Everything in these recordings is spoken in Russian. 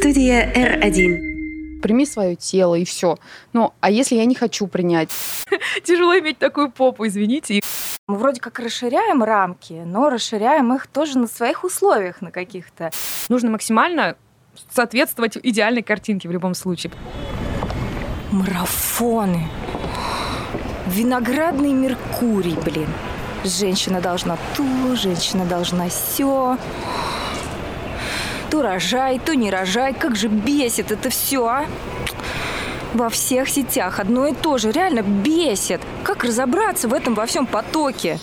Студия R1. Прими свое тело и все. Ну, а если я не хочу принять? Тяжело иметь такую попу, извините. Мы вроде как расширяем рамки, но расширяем их тоже на своих условиях, на каких-то. Нужно максимально соответствовать идеальной картинке в любом случае. Марафоны. Виноградный Меркурий, блин. Женщина должна то, женщина должна сё. То рожай, то не рожай. Как же бесит это все, а? Во всех сетях одно и то же. Реально бесит. Как разобраться в этом во всем потоке?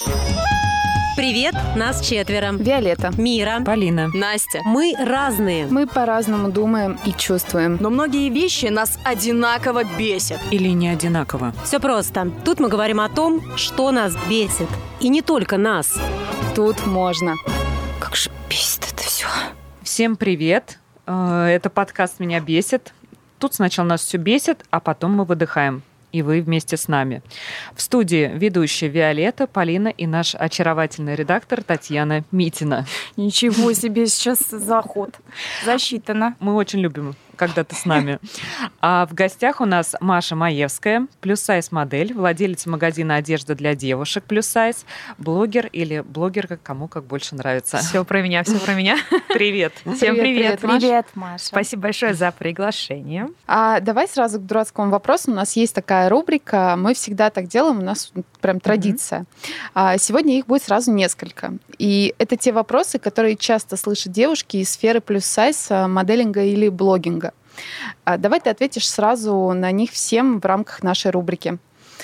Привет, нас 4. Виолетта. Мира. Полина. Настя. Мы разные. Мы по-разному думаем и чувствуем. Но многие вещи нас одинаково бесят. Или не одинаково. Все просто. Тут мы говорим о том, что нас бесит. И не только нас. Тут можно. Как же бесит это все. Всем привет. Это подкаст «Меня бесит». Тут сначала нас все бесит, а потом мы выдыхаем. И вы вместе с нами. В студии ведущие Виолетта, Полина и наш очаровательный редактор Татьяна Митина. Ничего себе, сейчас заход. Засчитано. Мы очень любим, когда ты с нами. А в гостях у нас Маша Маевская, плюс-сайз-модель, владелец магазина одежды для девушек плюс-сайз, блогер или блогерка, кому как больше нравится. Все про меня, все про меня. Привет. Всем привет. Привет, Маша. Спасибо большое за приглашение. Давай сразу к дурацкому вопросу. У нас есть такая рубрика. Мы всегда так делаем, у нас прям традиция. Сегодня их будет сразу несколько. И это те вопросы, которые часто слышат девушки из сферы плюс-сайз, моделинга или блогинга. Давай ты ответишь сразу на них всем в рамках нашей рубрики.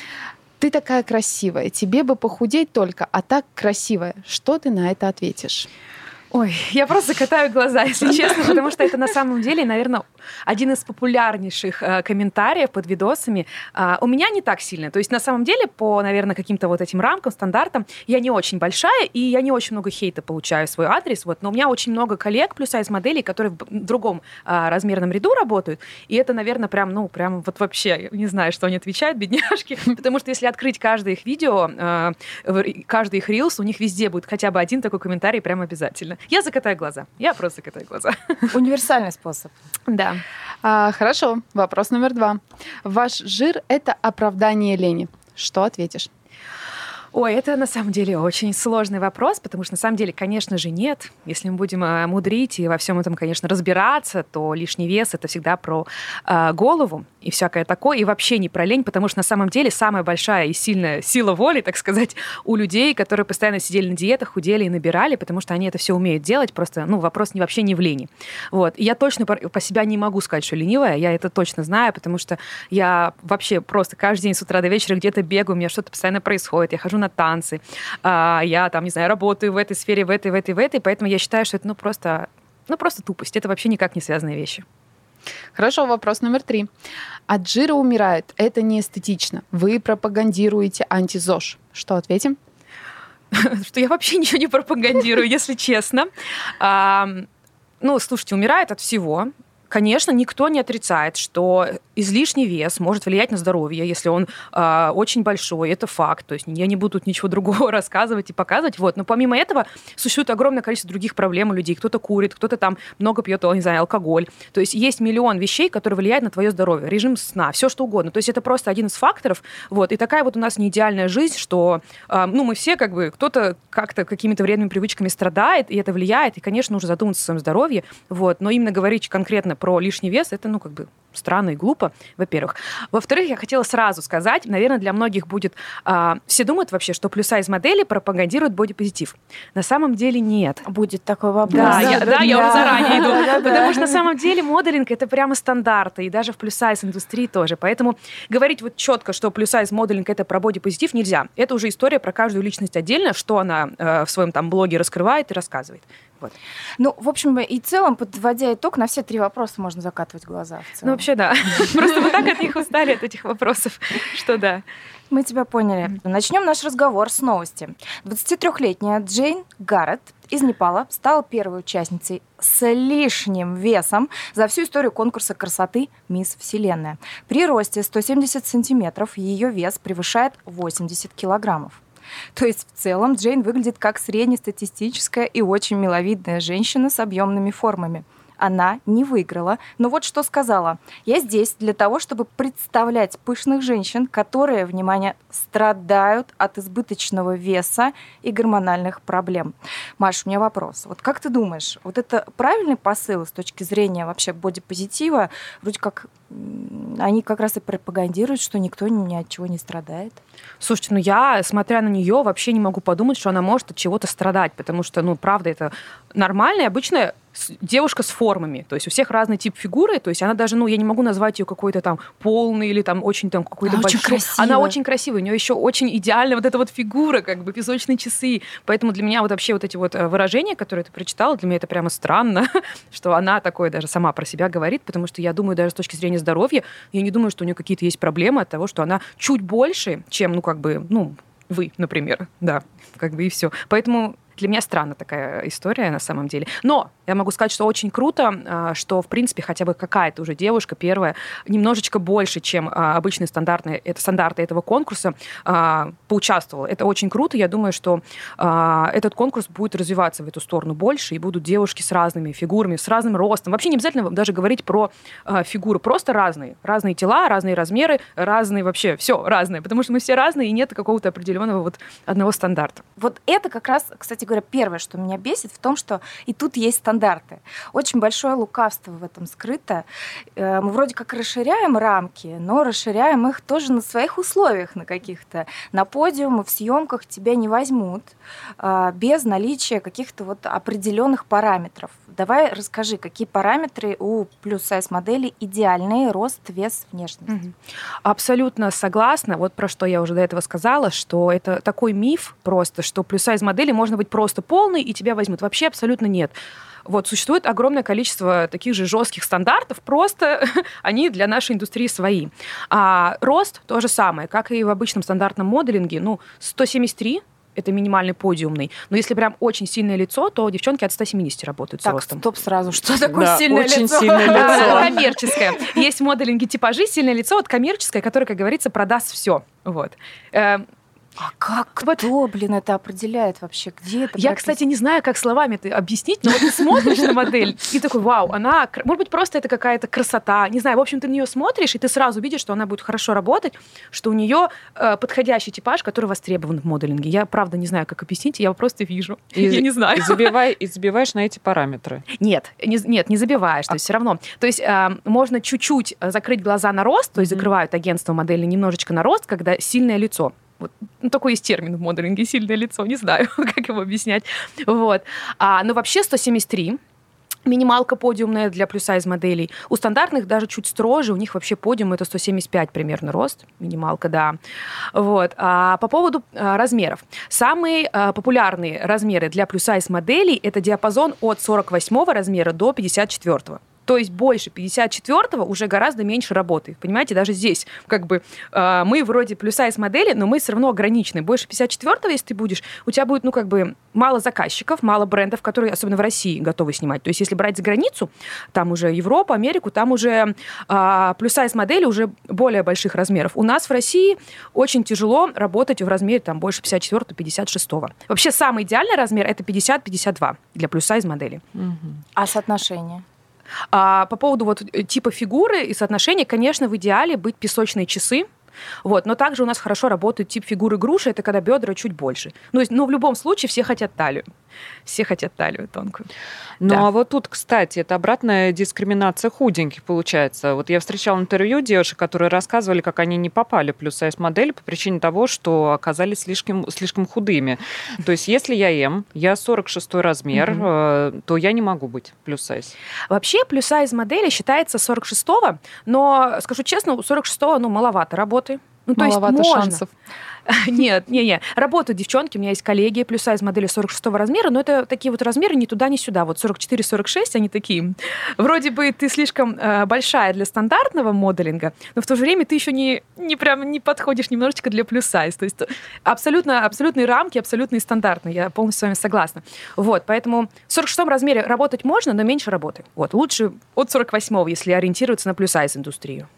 Ты такая красивая, тебе бы похудеть только, а так красивая. Что ты на это ответишь? Ой, я просто закатаю глаза, если честно, потому что это на самом деле, наверное, один из популярнейших комментариев под видосами. У меня не так сильно. То есть на самом деле по, наверное, каким-то вот этим рамкам, стандартам я не очень большая, и я не очень много хейта получаю в свой адрес. Вот. Но у меня очень много коллег плюс-сайз-моделей, которые в другом размерном ряду работают. И это, наверное, прям вот вообще, не знаю, что они отвечают, бедняжки. Потому что если открыть каждое их видео, каждый их рилс, у них везде будет хотя бы один такой комментарий прям обязательно. Я закатаю глаза. Я просто закатаю глаза. Универсальный способ. Да. Хорошо. Вопрос номер 2. Ваш жир – это оправдание лени. Что ответишь? Ой, это на самом деле очень сложный вопрос, потому что на самом деле, конечно же, нет. Если мы будем мудрить и во всем этом, конечно, разбираться, то лишний вес — это всегда про голову и всякое такое, и вообще не про лень, потому что на самом деле самая большая и сильная сила воли, так сказать, у людей, которые постоянно сидели на диетах, худели и набирали, потому что они это все умеют делать, просто, вопрос вообще не в лени. Вот. И я точно по себя не могу сказать, что ленивая, я это точно знаю, потому что я вообще просто каждый день с утра до вечера где-то бегаю, у меня что-то постоянно происходит, я хожу на танцы, я там, не знаю, работаю в этой сфере, в этой, поэтому я считаю, что это просто тупость, это вообще никак не связанные вещи. Хорошо, вопрос номер 3. От жира умирает. Это не эстетично. Вы пропагандируете анти-ЗОЖ. Что ответим? Что я вообще ничего не пропагандирую, если честно. Слушайте, умирает от всего. Конечно, никто не отрицает, что излишний вес может влиять на здоровье, если он очень большой, это факт. То есть я не буду тут ничего другого рассказывать и показывать. Вот. Но помимо этого существует огромное количество других проблем у людей. Кто-то курит, кто-то там много пьет, не знаю, алкоголь. То есть есть миллион вещей, которые влияют на твое здоровье. Режим сна, все что угодно. То есть это просто один из факторов. Вот. И такая вот у нас не идеальная жизнь, что мы все кто-то как-то какими-то вредными привычками страдает, и это влияет. И, конечно, нужно задуматься о своем здоровье. Вот. Но именно говорить конкретно про лишний вес, это, странно и глупо, во-первых. Во-вторых, я хотела сразу сказать, наверное, для многих будет... все думают вообще, что плюс-сайз-модели пропагандируют бодипозитив. На самом деле нет. Будет такой вопрос. Я уже заранее иду. Потому что на самом деле моделинг — это прямо стандарты, и даже в плюс-сайз-индустрии тоже. Поэтому говорить вот четко, что плюс-сайз-моделинг — это про бодипозитив, нельзя. Это уже история про каждую личность отдельно, что она в своем там блоге раскрывает и рассказывает. Вот. В общем и целом, подводя итог, на все 3 вопроса можно закатывать глаза. В целом. Вообще, да. Просто мы так от них устали, от этих вопросов, что да. Мы тебя поняли. Начнем наш разговор с новости. 23-летняя Джейн Гарретт из Непала стала первой участницей с лишним весом за всю историю конкурса красоты «Мисс Вселенная». При росте 170 сантиметров ее вес превышает 80 килограммов. То есть в целом Джейн выглядит как среднестатистическая и очень миловидная женщина с объемными формами. она не выиграла. Но вот что сказала. Я здесь для того, чтобы представлять пышных женщин, которые, внимание, страдают от избыточного веса и гормональных проблем. Маш, у меня вопрос. Вот как ты думаешь, вот это правильный посыл с точки зрения вообще бодипозитива? Вроде как они как раз и пропагандируют, что никто ни от чего не страдает. Слушайте, я, смотря на нее, вообще не могу подумать, что она может от чего-то страдать, потому что, правда, это нормальная, обычная девушка с формами. То есть у всех разный тип фигуры, то есть она даже, я не могу назвать ее какой-то там полной или там очень там какой-то она большой. Очень красивая. Она очень красивая, у нее еще очень идеальная вот эта вот фигура, как бы песочные часы. Поэтому для меня вообще вот эти вот выражения, которые ты прочитала, для меня это прямо странно, что она такое даже сама про себя говорит, потому что я думаю, даже с точки зрения здоровья, я не думаю, что у нее какие-то есть проблемы от того, что она чуть больше, чем, вы, например, да, и все. Поэтому для меня странная такая история на самом деле. Но я могу сказать, что очень круто, что, в принципе, хотя бы какая-то уже девушка первая немножечко больше, чем обычные стандарты этого конкурса, поучаствовала. Это очень круто. Я думаю, что этот конкурс будет развиваться в эту сторону больше, и будут девушки с разными фигурами, с разным ростом. Вообще не обязательно даже говорить про фигуры, просто разные. Разные тела, разные размеры, разные вообще, все разное, потому что мы все разные, и нет какого-то определенного вот одного стандарта. Вот это как раз, кстати говоря, первое, что меня бесит в том, что и тут есть стандарты. Очень большое лукавство в этом скрыто. Мы вроде как расширяем рамки, но расширяем их тоже на своих условиях на каких-то. На подиумы, в съемках тебя не возьмут без наличия каких-то вот определенных параметров. Давай расскажи, какие параметры у плюс-сайз модели идеальные: рост, вес, внешность. Абсолютно согласна. Вот про что я уже до этого сказала, что это такой миф просто, что плюс-сайз модели можно быть просто полной, и тебя возьмут. Вообще абсолютно нет. Вот существует огромное количество таких же жестких стандартов, просто они для нашей индустрии свои. А рост то же самое, как и в обычном стандартном моделинге. 173 это минимальный подиумный. Но если прям очень сильное лицо, то девчонки от 170 работают с ростом. Стоп сразу. Что такое сильное очень лицо? Сильное лицо. Коммерческое. Есть в моделинге типажи, сильное лицо, вот коммерческое, которое, как говорится, продаст все. Вот. А кто, это определяет вообще? Где это? Я, кстати, не знаю, как словами это объяснить, но вот ты смотришь на модель и такой, вау, она, может быть, просто это какая-то красота, не знаю, в общем, ты на нее смотришь, и ты сразу видишь, что она будет хорошо работать, что у нее подходящий типаж, который востребован в моделинге. Я, правда, не знаю, как объяснить, я просто вижу. Я не знаю. И забиваешь на эти параметры. Нет, не забиваешь, то есть все равно. То есть можно чуть-чуть закрыть глаза на рост, то есть закрывают агентство модели немножечко на рост, когда сильное лицо. Вот. Такой есть термин в моделинге, сильное лицо, не знаю, как его объяснять. Вот. Но вообще 173. Минималка подиумная для плюс-сайз моделей. У стандартных даже чуть строже, у них вообще подиум это 175 примерно рост, минималка, да. Вот. А по поводу размеров. Самые популярные размеры для плюс-сайз моделей это диапазон от 48 размера до 54. То есть больше 54-го уже гораздо меньше работы. Понимаете, даже здесь мы вроде плюс-сайз модели, но мы все равно ограничены. Больше 54-го, если ты будешь, у тебя будет, мало заказчиков, мало брендов, которые, особенно в России, готовы снимать. То есть если брать за границу, там уже Европу, Америку, там уже плюс-сайз модели уже более больших размеров. У нас в России очень тяжело работать в размере больше 54-го, 56-го. Вообще самый идеальный размер это 50-52 для плюс-сайз модели. А соотношение? По поводу типа фигуры и соотношения, конечно, в идеале быть песочные часы. Вот. Но также у нас хорошо работает тип фигуры груши, это когда бедра чуть больше. Но в любом случае все хотят талию. Все хотят талию тонкую. А вот тут, кстати, это обратная дискриминация худеньких получается. Вот я встречала интервью девушек, которые рассказывали, как они не попали в плюс-сайз модель по причине того, что оказались слишком худыми. То есть если я 46 размер, то я не могу быть плюс-сайз. Вообще плюс-сайз модели считается 46-го, но, скажу честно, у 46-го маловато работы. Маловато шансов. Нет. Работают девчонки, у меня есть коллеги, плюс-сайз модели 46-го размера, но это такие вот размеры ни туда, ни сюда. Вот 44-46, они такие. Вроде бы ты слишком большая для стандартного моделинга, но в то же время ты еще не подходишь немножечко для плюс-сайз. То есть абсолютные рамки, абсолютные стандартные. Я полностью с вами согласна. Вот, поэтому в 46-м размере работать можно, но меньше работы. Вот, лучше от 48-го, если ориентироваться на плюс-сайз индустрию.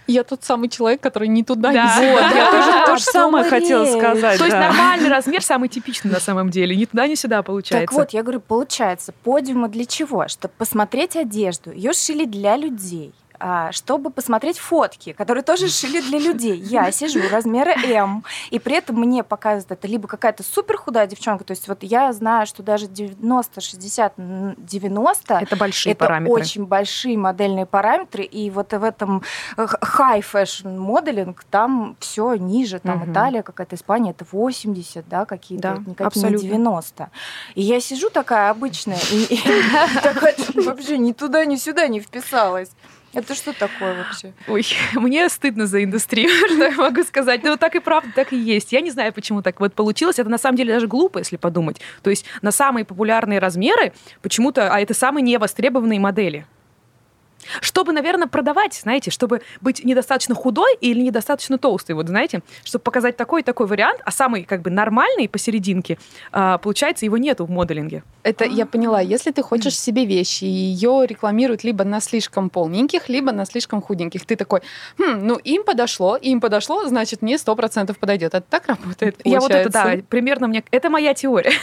Я тот самый человек, который ни туда, Да. ни сюда. Вот, я тоже то же самое Смотри. хотела сказать. То есть да. нормальный размер, самый типичный на самом деле. Ни туда, ни сюда получается. Так вот, я говорю, получается, подиумы для чего? Чтобы посмотреть одежду. Ее шили для людей. Чтобы посмотреть фотки, которые тоже шили для людей. Я сижу размера М, и при этом мне показывают это либо какая-то супер худая девчонка, то есть вот я знаю, что даже 90, 60, 90 это большие это параметры. очень большие модельные параметры, и вот в этом high fashion моделинг там все ниже, там Мгм. Италия, какая-то Испания, это 80, да, какие-то, Да, никакие не абсолютно. 90. И я сижу такая обычная, и такая вообще ни туда, ни сюда не вписалась. Это что такое вообще? Ой, мне стыдно за индустрию, что я могу сказать. Но так и правда, так и есть. Я не знаю, почему так вот получилось. Это на самом деле даже глупо, если подумать. То есть на самые популярные размеры почему-то, а это самые невостребованные модели. Чтобы, наверное, продавать, знаете, чтобы быть недостаточно худой или недостаточно толстой, вот знаете, чтобы показать такой и такой вариант, а самый как бы нормальный посерединке, получается, его нету в моделинге. Это я поняла. Если ты хочешь себе вещи, и ее рекламируют либо на слишком полненьких, либо на слишком худеньких, ты такой, ну им подошло, значит, мне 100% подойдет. Это так работает, Я вот это, получается? да, примерно мне... Это моя теория.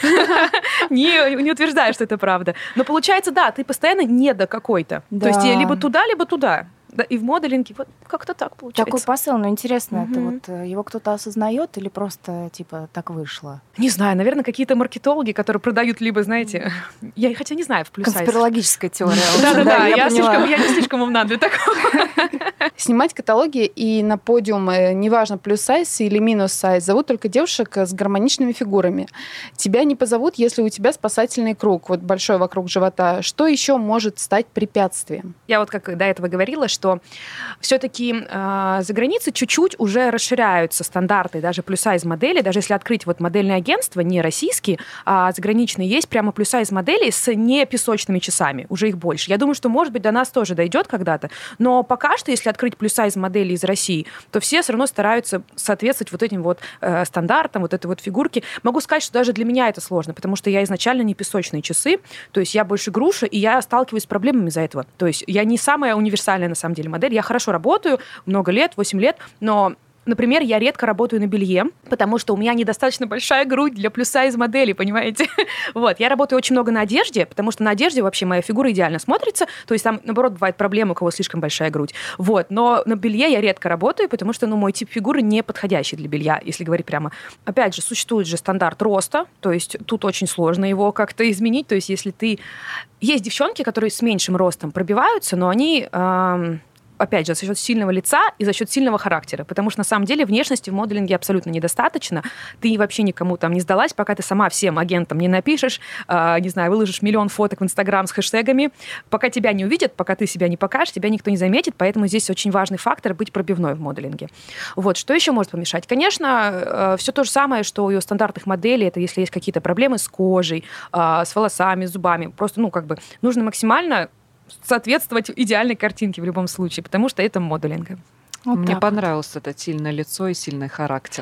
Не утверждаю, что это правда. Но получается, да, ты постоянно не до какой-то. То есть Да. либо туда, либо туда. Да, и в моделинге вот как-то так получается. Такой посыл, но интересно, это Мгм. вот его кто-то осознает или просто типа так вышло? Не знаю, наверное, какие-то маркетологи, которые продают либо, знаете... Я хотя не знаю, в плюс-сайз. Конспирологическая теория. Да-да-да, я поняла. не слишком умна для такого. Снимать каталоги и на подиумы, неважно, плюс-сайз или минус-сайз, зовут только девушек с гармоничными фигурами. Тебя не позовут, если у тебя спасательный круг, вот большой вокруг живота. Что еще может стать препятствием? Я вот как до этого говорила, что все-таки за границей чуть-чуть уже расширяются стандарты даже плюс-сайз модели. Даже если открыть вот модельные агентства, не российские, а заграничные, есть прямо плюс-сайз модели с не песочными часами. Уже их больше. Я думаю, что, может быть, до нас тоже дойдет когда-то. Но пока что, если открыть плюс-сайз модели из России, то все все равно стараются соответствовать вот этим вот стандартам, вот этой вот фигурке. Могу сказать, что даже для меня это сложно, потому что я изначально не песочные часы, то есть я больше груша, и я сталкиваюсь с проблемами из-за этого. То есть я не самая универсальная на самом деле модель. Я хорошо работаю, много лет, 8 лет, но... Например, я редко работаю на белье, потому что у меня недостаточно большая грудь для плюс-сайз модели, понимаете? Вот, я работаю очень много на одежде, потому что на одежде вообще моя фигура идеально смотрится, то есть там, наоборот, бывает проблема, у кого слишком большая грудь. Вот, но на белье я редко работаю, потому что, мой тип фигуры не подходящий для белья, если говорить прямо. Опять же, существует же стандарт роста, то есть тут очень сложно его как-то изменить, то есть если ты... Есть девчонки, которые с меньшим ростом пробиваются, но они... опять же, за счет сильного лица и за счет сильного характера. Потому что, на самом деле, внешности в моделинге абсолютно недостаточно. Ты вообще никому там не сдалась, пока ты сама всем агентам не напишешь, не знаю, выложишь миллион фоток в Инстаграм с хэштегами. Пока тебя не увидят, пока ты себя не покажешь, тебя никто не заметит. Поэтому здесь очень важный фактор быть пробивной в моделинге. Вот. Что еще может помешать? Конечно, все то же самое, что и у стандартных моделей. Это если есть какие-то проблемы с кожей, с волосами, с зубами. Просто, нужно максимально соответствовать идеальной картинке в любом случае, потому что это моделинг. Вот Мне так. понравилось это сильное лицо и сильный характер.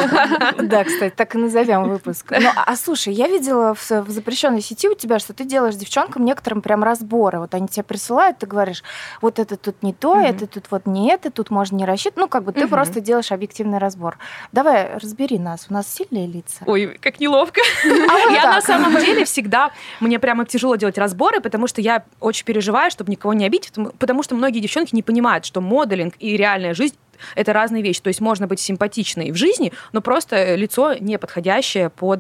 Да, кстати, так и назовем выпуск. Слушай, я видела в запрещенной сети у тебя, что ты делаешь девчонкам некоторым прям разборы. Вот они тебе присылают, ты говоришь, вот это тут не то, это тут вот не это, тут можно не рассчитывать. Ты просто делаешь объективный разбор. Давай, разбери нас. У нас сильные лица. Ой, как неловко. Я на самом деле всегда... Мне прямо тяжело делать разборы, потому что я очень переживаю, чтобы никого не обидеть, потому что многие девчонки не понимают, что моделинг и реальная жизнь — это разные вещи. То есть можно быть симпатичной в жизни, но просто лицо не подходящее под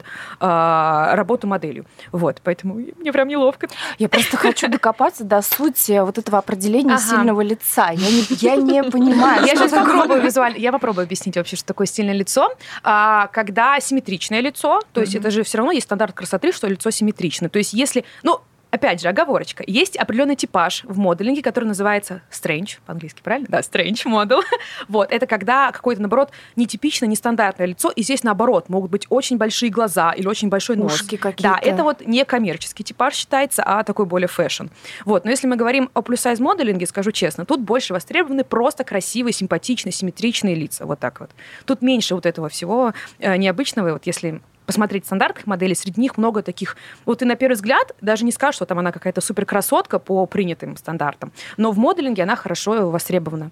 работу моделью. Вот, поэтому мне прям неловко. Я просто хочу докопаться до сути вот этого определения сильного лица. Я не понимаю. Я сейчас попробую визуально. Я попробую объяснить вообще, что такое стильное лицо. Когда симметричное лицо, то есть это же все равно есть стандарт красоты, что лицо симметрично. То есть если... Опять же, оговорочка. Есть определенный типаж в моделинге, который называется strange, по-английски, правильно? Да, strange model. Вот, это когда какое-то, наоборот, нетипичное, нестандартное лицо, и здесь, наоборот, могут быть очень большие глаза или очень большой нос. Ушки какие-то. Да, это вот не коммерческий типаж считается, а такой более фэшн. Вот, но если мы говорим о плюс-сайз моделинге, скажу честно, тут больше востребованы просто красивые, симпатичные, симметричные лица. Вот так вот. Тут меньше вот этого всего необычного, вот если... посмотреть стандартных моделей, среди них много таких... Вот ты на первый взгляд даже не скажешь, что там она какая-то суперкрасотка по принятым стандартам, но в моделинге она хорошо востребована.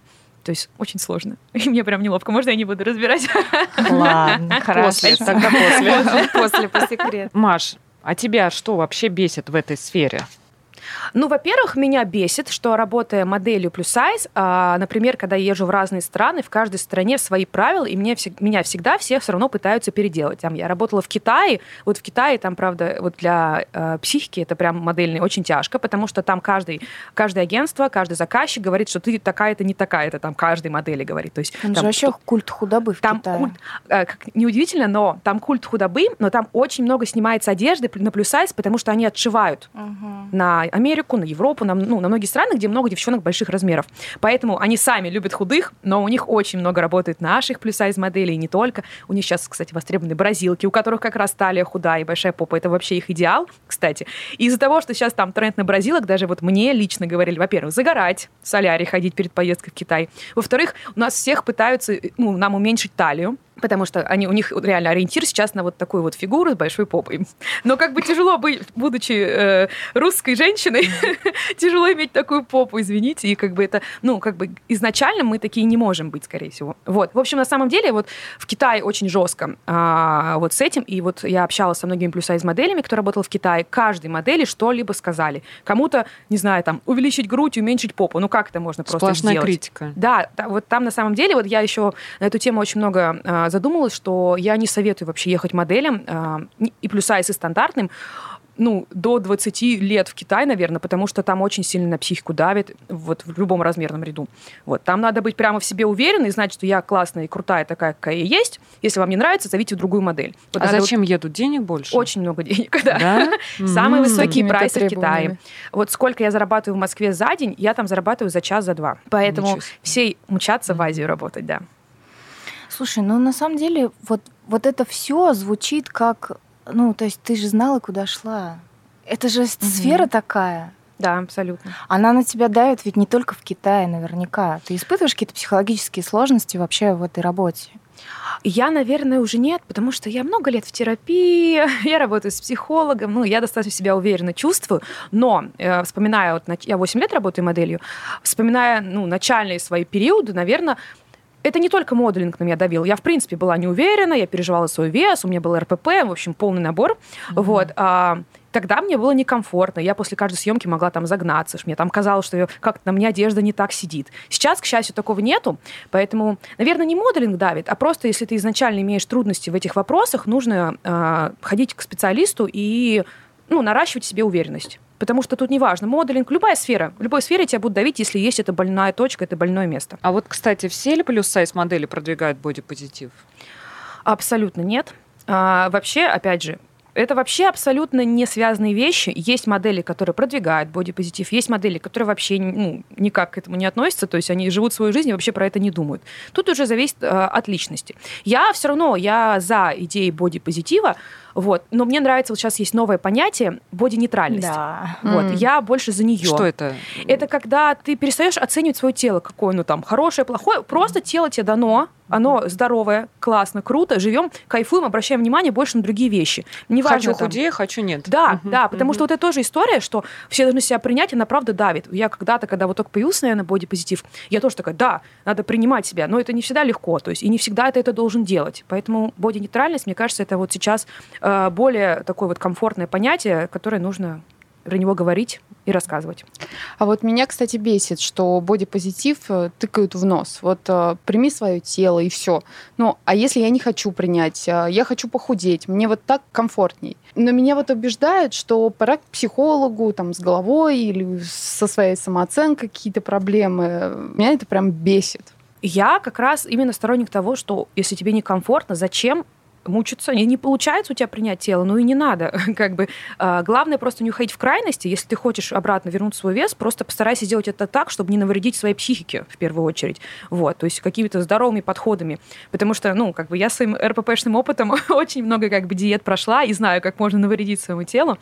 То есть очень сложно. И мне прям неловко. Можно я не буду разбирать? Ладно, хорошо. Тогда после. После, по секрету. Маш, а тебя что вообще бесит в этой сфере? Ну, во-первых, меня бесит, что, работая моделью плюс-сайз, например, когда я езжу в разные страны, в каждой стране свои правила, и меня всегда все равно пытаются переделать. Там, я работала в Китае, вот в Китае там, правда, вот для психики это прям модельный очень тяжко, потому что там каждое агентство, каждый заказчик говорит, что ты такая-то, не такая-то, там каждой модели говорит. То есть, Там же вообще культ худобы в Китае. Культ, как неудивительно, но там культ худобы, но там очень много снимается одежды на плюс-сайз, потому что они отшивают на Америку, на Европу, на многие страны, где много девчонок больших размеров. Поэтому они сами любят худых, но у них очень много работает наших плюс-сайз моделей, и не только. У них сейчас, кстати, востребованы бразилки, у которых как раз талия худая и большая попа. Это вообще их идеал, кстати. И из-за того, что сейчас там тренд на бразилок, даже вот мне лично говорили, во-первых, загорать, в солярий ходить перед поездкой в Китай. Во-вторых, у нас всех пытаются нам уменьшить талию, потому что у них реально ориентир сейчас на вот такую вот фигуру с большой попой. Но как бы тяжело быть, будучи русской женщиной, тяжело иметь такую попу, извините, и как бы это, изначально мы такие не можем быть, скорее всего. Вот. В общем, на самом деле, вот в Китае очень жестко вот с этим, и вот я общалась со многими плюс-сайз-моделями, кто работал в Китае, каждой модели что-либо сказали. Кому-то, не знаю, там, увеличить грудь, уменьшить попу, как это можно просто сделать? Сплошная критика. Да, вот там на самом деле, вот я еще на эту тему очень много задумалась, что я не советую вообще ехать моделям и плюс-сайз, и стандартным, до 20 лет в Китай, наверное, потому что там очень сильно на психику давит, вот в любом размерном ряду. Вот, там надо быть прямо в себе уверенной, знать, что я классная и крутая такая, какая я есть. Если вам не нравится, зовите другую модель. Вот зачем едут? Денег больше? Очень много денег, да. Самые высокие прайсы в Китае. Вот сколько я зарабатываю в Москве за день, я там зарабатываю за час, за два. Поэтому все мчатся в Азию работать, да. Слушай, на самом деле вот это все звучит как... то есть ты же знала, куда шла. Это же сфера такая. Да, абсолютно. Она на тебя давит ведь не только в Китае, наверняка. Ты испытываешь какие-то психологические сложности вообще в этой работе? Я, наверное, уже нет, потому что я много лет в терапии, я работаю с психологом, я достаточно себя уверенно чувствую, но вспоминая, я 8 лет работаю моделью, вспоминая, начальные свои периоды, наверное, это не только моделинг на меня давил. Я, в принципе, была не уверена, я переживала свой вес, у меня был РПП, в общем, полный набор. Вот. Тогда мне было некомфортно. Я после каждой съемки могла там загнаться. Мне там казалось, что как-то на мне одежда не так сидит. Сейчас, к счастью, такого нету. Поэтому, наверное, не моделинг давит, а просто, если ты изначально имеешь трудности в этих вопросах, нужно ходить к специалисту и наращивать в себе уверенность. Потому что тут не важно, моделинг, в любой сфере тебя будут давить, если есть эта больная точка, это больное место. А вот, кстати, все ли плюс-сайз модели продвигают бодипозитив? Абсолютно нет. Вообще, опять же, это вообще абсолютно не связанные вещи. Есть модели, которые продвигают бодипозитив, есть модели, которые вообще никак к этому не относятся, то есть они живут свою жизнь и вообще про это не думают. Тут уже зависит от личности. Я за идеей бодипозитива, но мне нравится, вот сейчас есть новое понятие бодинейтральность. Да. Я больше за нее. Что это? Это когда ты перестаешь оценивать свое тело, какое оно там, хорошее, плохое. Просто тело тебе дано, оно здоровое, классно, круто, живем, кайфуем, обращаем внимание больше на другие вещи. Хочу худее, хочу нет. Да, потому что вот это тоже история, что все должны себя принять, она правда давит. Я когда-то, когда вот только появился, наверное, бодипозитив, я тоже такая, да, надо принимать себя, но это не всегда легко, то есть и не всегда это должен делать. Поэтому бодинейтральность, мне кажется, это вот сейчас более такое вот комфортное понятие, которое нужно про него говорить и рассказывать. А вот меня, кстати, бесит, что бодипозитив тыкают в нос. Прими свое тело и все. А если я не хочу принять, я хочу похудеть, мне вот так комфортней. Но меня убеждают, что пора к психологу с головой или со своей самооценкой какие-то проблемы. Меня это прям бесит. Я как раз именно сторонник того, что если тебе некомфортно, зачем мучиться, не получается у тебя принять тело, и не надо. Главное просто не уходить в крайности. Если ты хочешь обратно вернуть свой вес, просто постарайся сделать это так, чтобы не навредить своей психике в первую очередь. То есть какими-то здоровыми подходами. Потому что, я своим РППшным опытом очень много диет прошла и знаю, как можно навредить своему телу.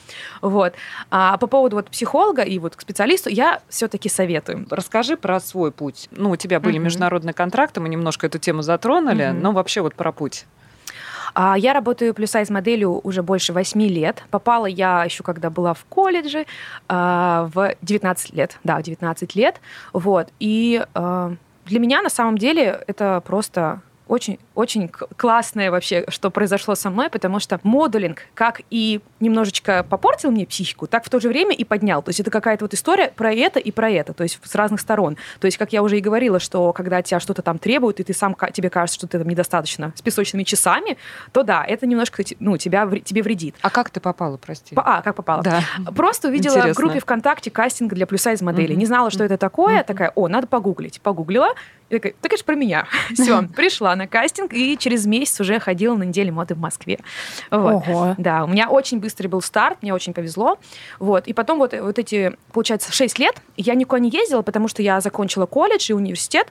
А по поводу психолога и к специалисту я все-таки советую. Расскажи про свой путь. У тебя были международные контракты, мы немножко эту тему затронули, но вообще про путь. Я работаю плюс-сайз-моделью уже больше 8 лет. Попала я еще, когда была в колледже, в 19 лет. Да, в 19 лет. И Для меня на самом деле это просто очень классное вообще, что произошло со мной, потому что моделинг как и немножечко попортил мне психику, так в то же время и поднял. То есть это какая-то вот история про это и про это, то есть с разных сторон. То есть, как я уже и говорила, что когда тебя что-то там требуют, и ты сам, тебе кажется, что ты там недостаточно с песочными часами, то да, это немножко тебе вредит. А как ты попала, прости? Как попала? Да. Просто увидела Интересно. в группе ВКонтакте кастинг для плюс-сайз моделей. Не знала, что это такое. Такая, надо погуглить. Погуглила. И такая, так это же про меня. Все, пришла на кастинг, и через месяц уже ходила на неделю моды в Москве. Вот. Ого. Да, у меня очень быстрый был старт, мне очень повезло. Вот. И потом вот эти, получается, 6 лет я никуда не ездила, потому что я закончила колледж и университет,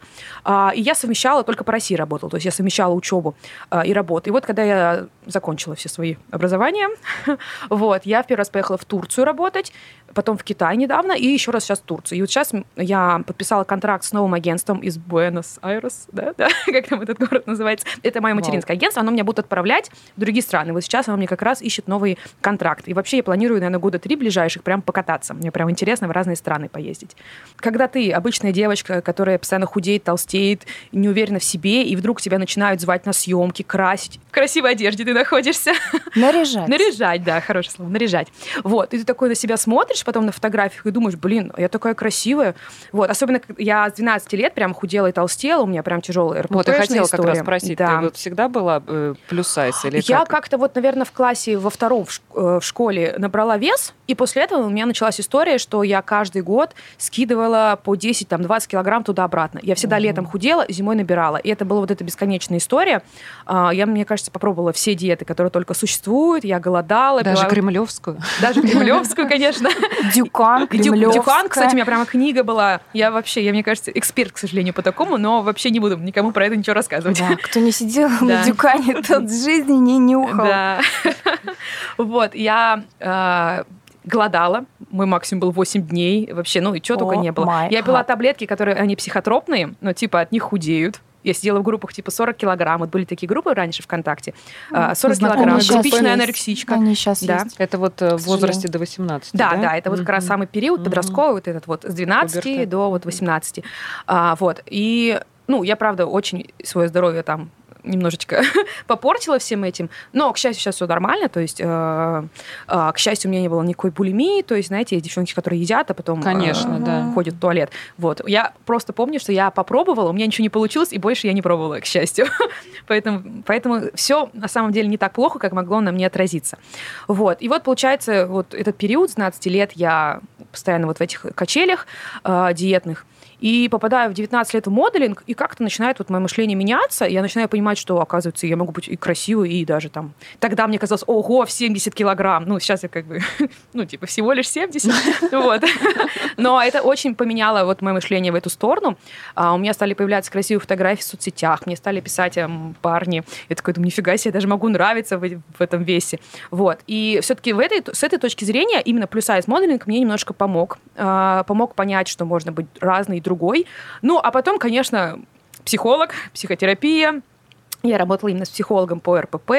и я совмещала, только по России работала, то есть я совмещала учебу и работу. И вот когда я закончила все свои образования, вот, я в первый раз поехала в Турцию работать, потом в Китай недавно, и еще раз сейчас в Турцию. И вот сейчас я подписала контракт с новым агентством из Буэнос-Айрес, да, как там этот город называется. Это мое материнское агентство, оно меня будет отправлять в другие страны. Вот сейчас оно мне как раз ищет новый контракт. И вообще я планирую, наверное, 3 года ближайших прям покататься. Мне прям интересно в разные страны поездить. Когда ты обычная девочка, которая постоянно худеет, толстеет, не уверена в себе, и вдруг тебя начинают звать на съемки, красить, в красивой одежде ты находишься. Наряжать, да, хорошее слово, наряжать. Вот, и ты такой на себя смотришь потом на фотографиях и думаешь, блин, я такая красивая. Вот, особенно я с 12 лет прям худела и толстела, у меня прям тяжелая РПП-шная Вот, я хотела история. как раз спросить, да. ты вот всегда была плюс-сайз или Я как? как-то вот, наверное, в классе во втором в школе набрала вес, и после этого у меня началась история, что я каждый год скидывала по 10-20 килограмм туда-обратно. Я всегда летом худела, зимой набирала. И это была вот эта бесконечная история. Я, мне кажется, попробовала все диеты, которые только существуют. Я голодала. Даже кремлевскую? Даже кремлевскую, конечно. Дюкан, кремлевская. Дюкан, кстати, у меня прямо книга была. Я, мне кажется, эксперт, к сожалению, по такому, но вообще не буду никому про это ничего рассказывать. Да, кто не сидел на Дюкане, тот в жизни не нюхал. Да. Вот, я голодала. Мой максимум был 8 дней. Вообще, и чего только не было. Я пила таблетки, которые, они психотропные, но типа от них худеют. Я сидела в группах типа 40 килограмм. Вот были такие группы раньше ВКонтакте. 40 килограмм. Типичная анорексичка. Они сейчас есть. Это вот в возрасте до 18, да, это вот как раз самый период подростковый, вот этот вот с 12 Пубертат. до 18. Вот. И, я, правда, очень свое здоровье там немножечко попортила всем этим. Но, к счастью, сейчас все нормально. То есть, к счастью, у меня не было никакой булимии. То есть, знаете, есть девчонки, которые едят, а потом ходят в туалет. Вот. Я просто помню, что я попробовала, у меня ничего не получилось, и больше я не пробовала, к счастью. Поэтому все на самом деле не так плохо, как могло на мне отразиться. Вот. И вот, получается, вот этот период с 12 лет я постоянно вот в этих качелях диетных. И попадаю в 19 лет в моделинг, и как-то начинает вот мое мышление меняться, и я начинаю понимать, что, оказывается, я могу быть и красивой, и даже там... Тогда мне казалось, ого, в 70 килограмм. Сейчас я как бы, всего лишь 70. Вот. Но это очень поменяло вот мое мышление в эту сторону. У меня стали появляться красивые фотографии в соцсетях, мне стали писать парни. Я такой думаю, нифига себе, я даже могу нравиться в этом весе. Вот. И все-таки с этой точки зрения именно плюс-сайз моделинг мне немножко помог. Помог понять, что можно быть разной и другой. А потом, конечно, психолог, психотерапия. Я работала именно с психологом по РПП.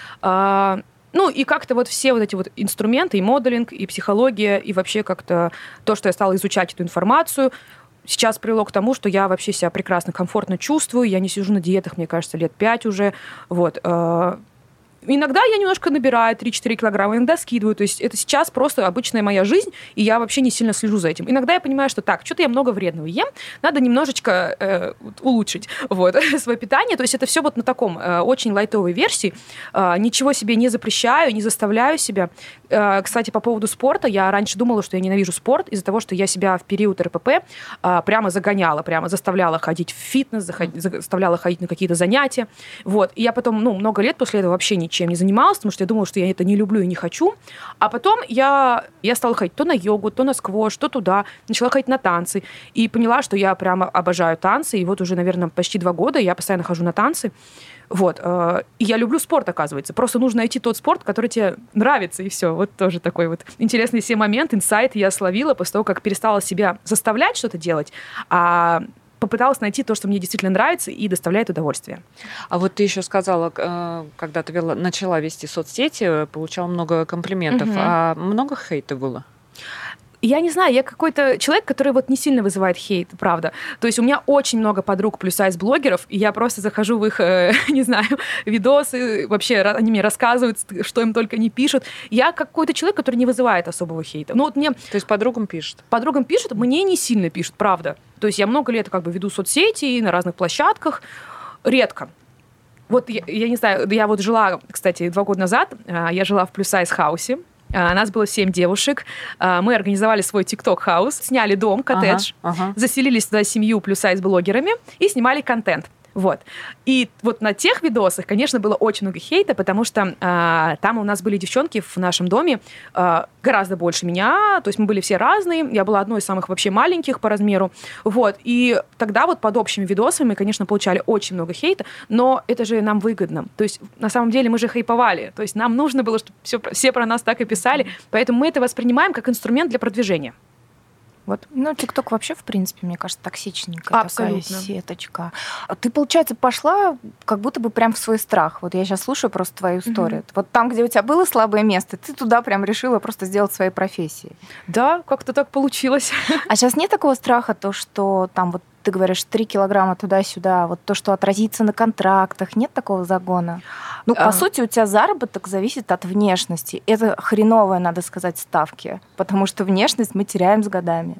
И как-то вот все вот эти вот инструменты, и моделинг, и психология, и вообще как-то то, что я стала изучать эту информацию, сейчас привело к тому, что я вообще себя прекрасно, комфортно чувствую. Я не сижу на диетах, мне кажется, лет 5 уже. Вот. Иногда я немножко набираю 3-4 килограмма, иногда скидываю. То есть это сейчас просто обычная моя жизнь, и я вообще не сильно слежу за этим. Иногда я понимаю, что так, что-то я много вредного ем, надо немножечко улучшить свое питание. То есть это все вот на таком очень лайтовой версии. Ничего себе не запрещаю, не заставляю себя. Кстати, по поводу спорта, я раньше думала, что я ненавижу спорт из-за того, что я себя в период РПП прямо загоняла, прямо заставляла ходить в фитнес, заставляла ходить на какие-то занятия. Вот. И я потом, много лет после этого вообще ничем не занималась, потому что я думала, что я это не люблю и не хочу. А потом я стала ходить то на йогу, то на сквош, то туда. Начала ходить на танцы. И поняла, что я прямо обожаю танцы. И вот уже, наверное, почти 2 года я постоянно хожу на танцы. Вот. И я люблю спорт, оказывается. Просто нужно найти тот спорт, который тебе нравится, и все. Вот тоже такой вот интересный себе момент, инсайт я словила после того, как перестала себя заставлять что-то делать, а попыталась найти то, что мне действительно нравится и доставляет удовольствие. А вот ты еще сказала, когда ты начала вести соцсети, получала много комплиментов. А много хейта было? Я не знаю, я какой-то человек, который вот не сильно вызывает хейт, правда. То есть у меня очень много подруг плюс-сайз-блогеров, и я просто захожу в их, не знаю, видосы, вообще они мне рассказывают, что им только не пишут. Я какой-то человек, который не вызывает особого хейта. Ну вот мне... То есть подругам пишут? Подругам пишут, мне не сильно пишут, правда. То есть я много лет как бы веду соцсети на разных площадках. Редко. Вот я не знаю, я вот жила, кстати, 2 года назад, я жила в плюс-сайз-хаусе. Нас было 7 девушек. Мы организовали свой TikTok-хаус, сняли дом, коттедж, заселились туда 7 плюс-сайз-блогерами и снимали контент. Вот. И вот на тех видосах, конечно, было очень много хейта, потому что там у нас были девчонки в нашем доме гораздо больше меня, то есть мы были все разные, я была одной из самых вообще маленьких по размеру, вот. И тогда вот под общими видосами мы, конечно, получали очень много хейта, но это же нам выгодно. То есть на самом деле мы же хайповали, то есть нам нужно было, чтобы все про нас так и писали, поэтому мы это воспринимаем как инструмент для продвижения. Вот. Ну, ТикТок вообще, в принципе, мне кажется, токсичненькая абсолютно такая сеточка. Ты, получается, пошла как будто бы прям в свой страх. Вот я сейчас слушаю просто твою историю. Вот там, где у тебя было слабое место, ты туда прям решила просто сделать своей профессией. Да, как-то так получилось. А сейчас нет такого страха, то, что там вот ты говоришь 3 килограмма туда-сюда, вот то, что отразится на контрактах, нет такого загона? Ну, по сути, у тебя заработок зависит от внешности. Это хреновые, надо сказать, ставки, потому что внешность мы теряем с годами.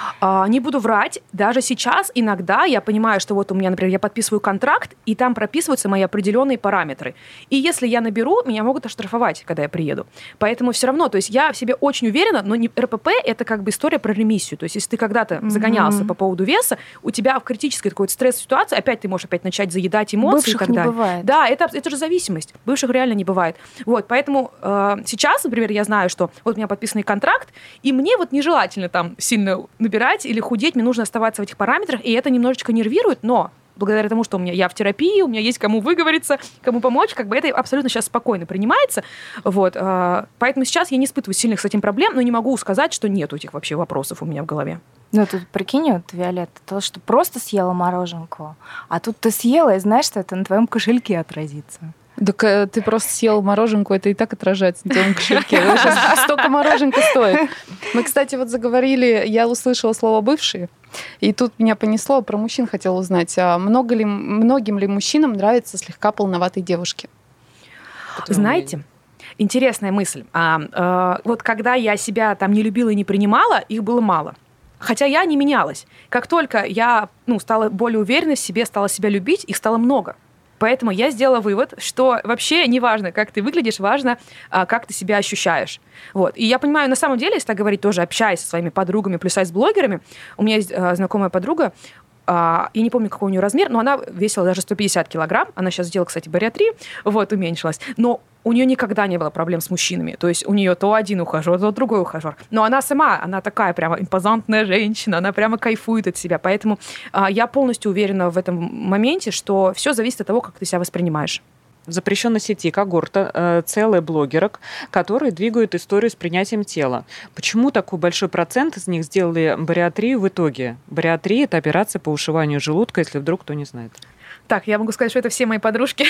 Не буду врать, даже сейчас иногда я понимаю, что вот у меня, например, я подписываю контракт, и там прописываются мои определенные параметры. И если я наберу, меня могут оштрафовать, когда я приеду. Поэтому все равно, то есть я в себе очень уверена, но не РПП — это как бы история про ремиссию. То есть если ты когда-то загонялся по поводу веса, у тебя в критической такой стресс-ситуации опять ты можешь опять начать заедать эмоции. Бывших и так далее. Не бывает. Да, это же зависимость. Бывших реально не бывает. Вот, поэтому сейчас, например, я знаю, что вот у меня подписанный контракт, и мне вот нежелательно там сильно набирать или худеть, мне нужно оставаться в этих параметрах, и это немножечко нервирует, но благодаря тому, что я в терапии, у меня есть кому выговориться, кому помочь, как бы это абсолютно сейчас спокойно принимается. Вот. Поэтому сейчас я не испытываю сильных с этим проблем, но не могу сказать, что нет этих вообще вопросов у меня в голове. Ну, тут прикинь, вот, Виолетта, то, что просто съела мороженку, а тут ты съела и знаешь, что это на твоем кошельке отразится. Так ты просто съел мороженку, это и так отражается на твоем кошельке. Сейчас столько мороженка стоит. Мы, кстати, вот заговорили, я услышала слово «бывшие», и тут меня понесло, про мужчин хотела узнать. Многим ли мужчинам нравятся слегка полноватые девушки? Знаете, интересная мысль. Вот когда я себя там не любила и не принимала, их было мало. Хотя я не менялась. Как только я стала более уверенной в себе, стала себя любить, их стало много. Поэтому я сделала вывод, что вообще не важно, как ты выглядишь, важно, как ты себя ощущаешь. Вот. И я понимаю, на самом деле, если так говорить, тоже общаясь со своими подругами, плюс-сайз-блогерами, у меня есть знакомая подруга, я не помню, какой у нее размер, но она весила даже 150 килограмм. Она сейчас сделала, кстати, бариатрию, вот, уменьшилась. Но у нее никогда не было проблем с мужчинами. То есть у нее то один ухажер, то другой ухажер. Но она сама, она такая прямо импозантная женщина, она прямо кайфует от себя. Поэтому я полностью уверена в этом моменте, что все зависит от того, как ты себя воспринимаешь. В запрещенной сети когорта целых блогерок, которые двигают историю с принятием тела. Почему такой большой процент из них сделали бариатрию в итоге? Бариатрия – это операция по ушиванию желудка, если вдруг кто не знает. Так, я могу сказать, что это все мои подружки.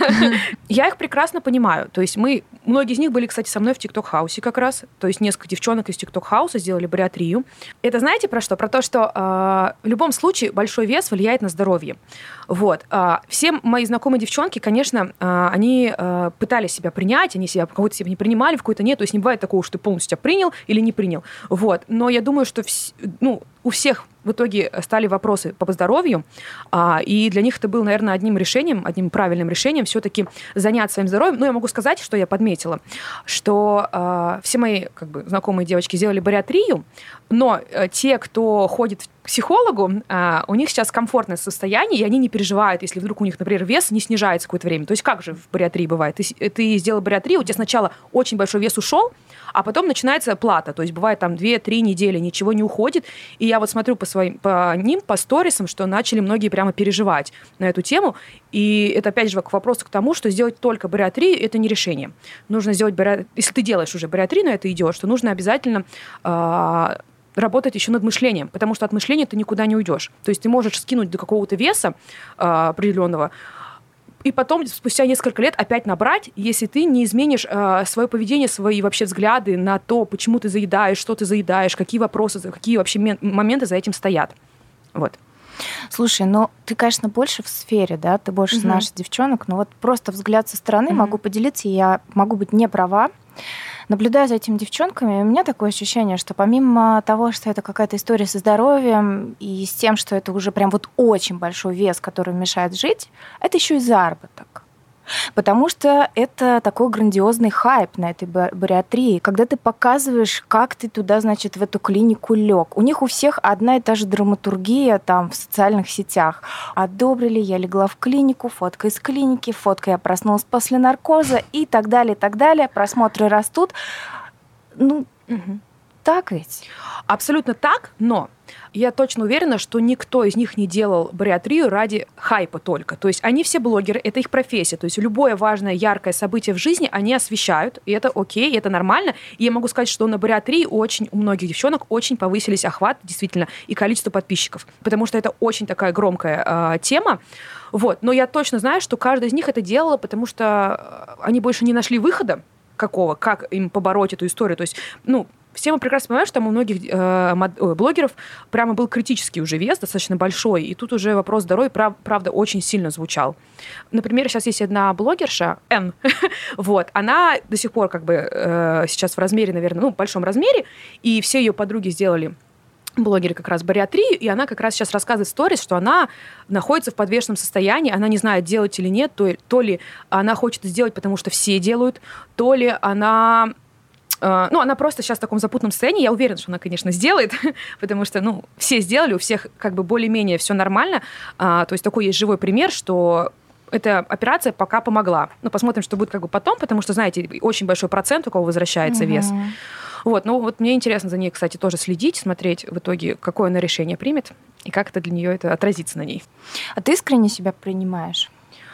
Я их прекрасно понимаю. То есть многие из них были, кстати, со мной в TikTok-хаусе как раз. То есть несколько девчонок из TikTok-хауса сделали бариатрию. Это знаете про что? Про то, что в любом случае большой вес влияет на здоровье. Вот. Все мои знакомые девчонки, конечно, они пытались себя принять, они себя в какой-то степени принимали, в какой-то нет. То есть не бывает такого, что ты полностью себя принял или не принял. Вот. Но я думаю, что у всех в итоге стали вопросы по здоровью, и для них это было, наверное, одним правильным решением все-таки заняться своим здоровьем. Но я могу сказать, что я подметила, что все мои знакомые девочки сделали бариатрию, но те, кто ходит к психологу, у них сейчас комфортное состояние, и они не переживают, если вдруг у них, например, вес не снижается какое-то время. То есть как же в бариатрии бывает? Ты сделал бариатрию, у тебя сначала очень большой вес ушел, а потом начинается плата. То есть бывает там 2-3 недели, ничего не уходит. И я вот смотрю по сторисам, что начали многие прямо переживать на эту тему. И это опять же к вопросу к тому, что сделать только бариатрию – это не решение. Нужно сделать бариатрию. Если ты делаешь уже бариатрию, на это идешь, то нужно обязательно работать еще над мышлением, потому что от мышления ты никуда не уйдешь. То есть ты можешь скинуть до какого-то веса определенного, и потом, спустя несколько лет, опять набрать, если ты не изменишь свое поведение, свои вообще взгляды на то, почему ты заедаешь, что ты заедаешь, какие вопросы, какие вообще моменты за этим стоят. Вот. Слушай, ну ты, конечно, больше в сфере, да, ты больше знаешь девчонок, но вот просто взгляд со стороны могу поделиться, я могу быть не права. Наблюдая за этими девчонками, у меня такое ощущение, что помимо того, что это какая-то история со здоровьем и с тем, что это уже прям вот очень большой вес, который мешает жить, это еще и заработок. Потому что это такой грандиозный хайп на этой бариатрии, когда ты показываешь, как ты туда, значит, в эту клинику лег. У них у всех одна и та же драматургия там в социальных сетях. Одобрили, я легла в клинику, фотка из клиники, фотка я проснулась после наркоза и так далее, и так далее. Просмотры растут. Ну, так ведь? Абсолютно так, но я точно уверена, что никто из них не делал бариатрию ради хайпа только. То есть они все блогеры, это их профессия. То есть любое важное, яркое событие в жизни они освещают, и это окей, это нормально. И я могу сказать, что на бариатрии у многих девчонок очень повысились охват, действительно, и количество подписчиков. Потому что это очень такая громкая тема. Вот. Но я точно знаю, что каждая из них это делала, потому что они больше не нашли выхода какого, как им побороть эту историю. То есть, все мы прекрасно понимаем, что там у многих блогеров прямо был критический уже вес, достаточно большой, и тут уже вопрос здоровья, правда, очень сильно звучал. Например, сейчас есть одна блогерша, Н, вот, она до сих пор сейчас в размере, наверное, большом размере, и все ее подруги сделали блогеры как раз бариатрию, и она как раз сейчас рассказывает в сторис, что она находится в подвешенном состоянии, она не знает, делать или нет, то ли она хочет сделать, потому что все делают, то ли она... она просто сейчас в таком запутанном состоянии. Я уверена, что она, конечно, сделает, потому что, все сделали, у всех более-менее все нормально. То есть такой есть живой пример, что эта операция пока помогла. Посмотрим, что будет потом, потому что, знаете, очень большой процент, у кого возвращается вес. Вот, мне интересно за ней, кстати, тоже следить, смотреть в итоге, какое она решение примет и как это для нее это отразится на ней. А ты искренне себя принимаешь?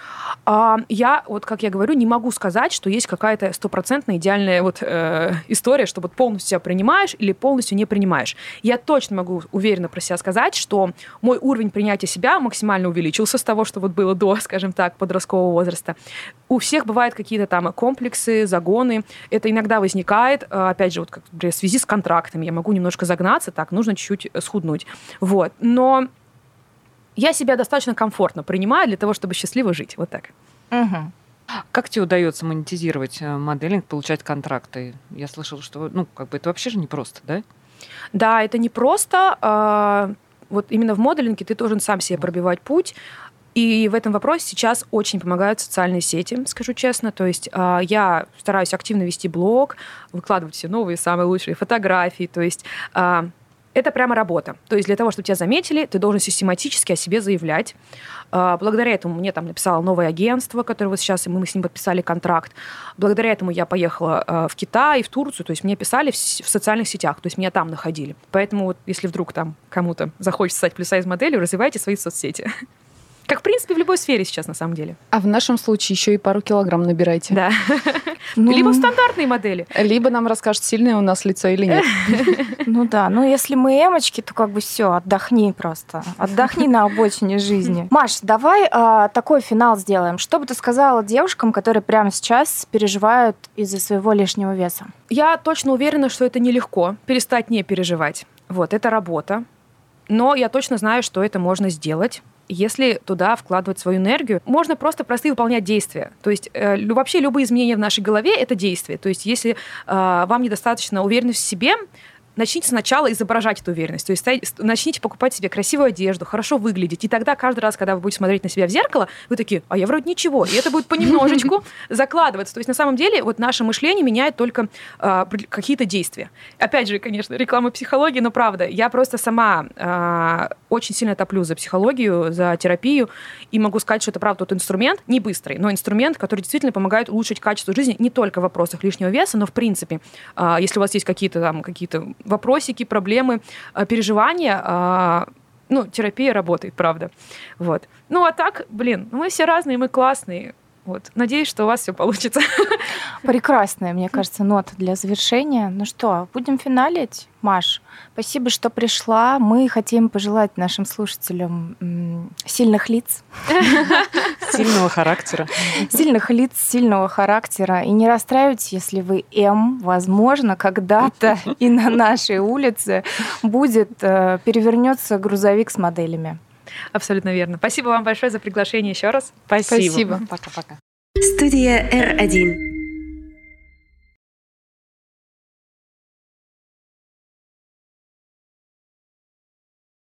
Я, как я говорю, не могу сказать, что есть какая-то стопроцентная идеальная история, что полностью себя принимаешь или полностью не принимаешь. Я точно могу уверенно про себя сказать, что мой уровень принятия себя максимально увеличился с того, что было до, скажем так, подросткового возраста. У всех бывают какие-то там комплексы, загоны. Это иногда возникает, опять же, в связи с контрактами. Я могу немножко загнаться, так, нужно чуть-чуть схуднуть. Вот. Но я себя достаточно комфортно принимаю для того, чтобы счастливо жить. Вот так. Угу. Как тебе удается монетизировать моделинг, получать контракты? Я слышала, что это вообще же непросто, да? Да, это непросто. Именно в моделинге ты должен сам себе пробивать путь. И в этом вопросе сейчас очень помогают социальные сети, скажу честно. То есть я стараюсь активно вести блог, выкладывать все новые, самые лучшие фотографии. То есть... это прямо работа. То есть для того, чтобы тебя заметили, ты должен систематически о себе заявлять. Благодаря этому мне там написало новое агентство, которое сейчас мы с ним подписали контракт. Благодаря этому я поехала в Китай, в Турцию. То есть мне писали в социальных сетях, то есть меня там находили. Поэтому если вдруг там кому-то захочется стать плюс-сайз-моделью, развивайте свои соцсети. Как, в принципе, в любой сфере сейчас, на самом деле. А в нашем случае еще и пару килограмм набирайте. Да. Либо в стандартные модели. Либо нам расскажут, сильное у нас лицо или нет. Если мы эмочки, то все, отдохни просто. Отдохни на обочине жизни. Маш, давай такой финал сделаем. Что бы ты сказала девушкам, которые прямо сейчас переживают из-за своего лишнего веса? Я точно уверена, что это нелегко. Перестать не переживать. Это работа. Но я точно знаю, что это можно сделать. Если туда вкладывать свою энергию, можно просто простые выполнять действия. То есть вообще любые изменения в нашей голове – это действия. То есть если вам недостаточно уверенности в себе, начните сначала изображать эту уверенность. То есть начните покупать себе красивую одежду, хорошо выглядеть. И тогда каждый раз, когда вы будете смотреть на себя в зеркало, вы такие, а я вроде ничего. И это будет понемножечку закладываться. То есть на самом деле наше мышление меняет только какие-то действия. Опять же, конечно, реклама психологии, но правда. Я просто сама очень сильно топлю за психологию, за терапию. И могу сказать, что это правда инструмент, не быстрый, но инструмент, который действительно помогает улучшить качество жизни не только в вопросах лишнего веса, но в принципе, если у вас есть какие-то вопросики, проблемы, переживания, терапия работает, правда. Вот. А так, мы все разные, мы классные. Вот. Надеюсь, что у вас все получится. Прекрасная, мне кажется, нота для завершения. Ну что, будем финалить? Маш, спасибо, что пришла. Мы хотим пожелать нашим слушателям сильных лиц. Сильного характера. Сильных лиц, сильного характера. И не расстраивайтесь, если вы возможно, когда-то и на нашей улице перевернется грузовик с моделями. Абсолютно верно. Спасибо вам большое за приглашение еще раз. Спасибо. Спасибо. Пока-пока. Студия R1.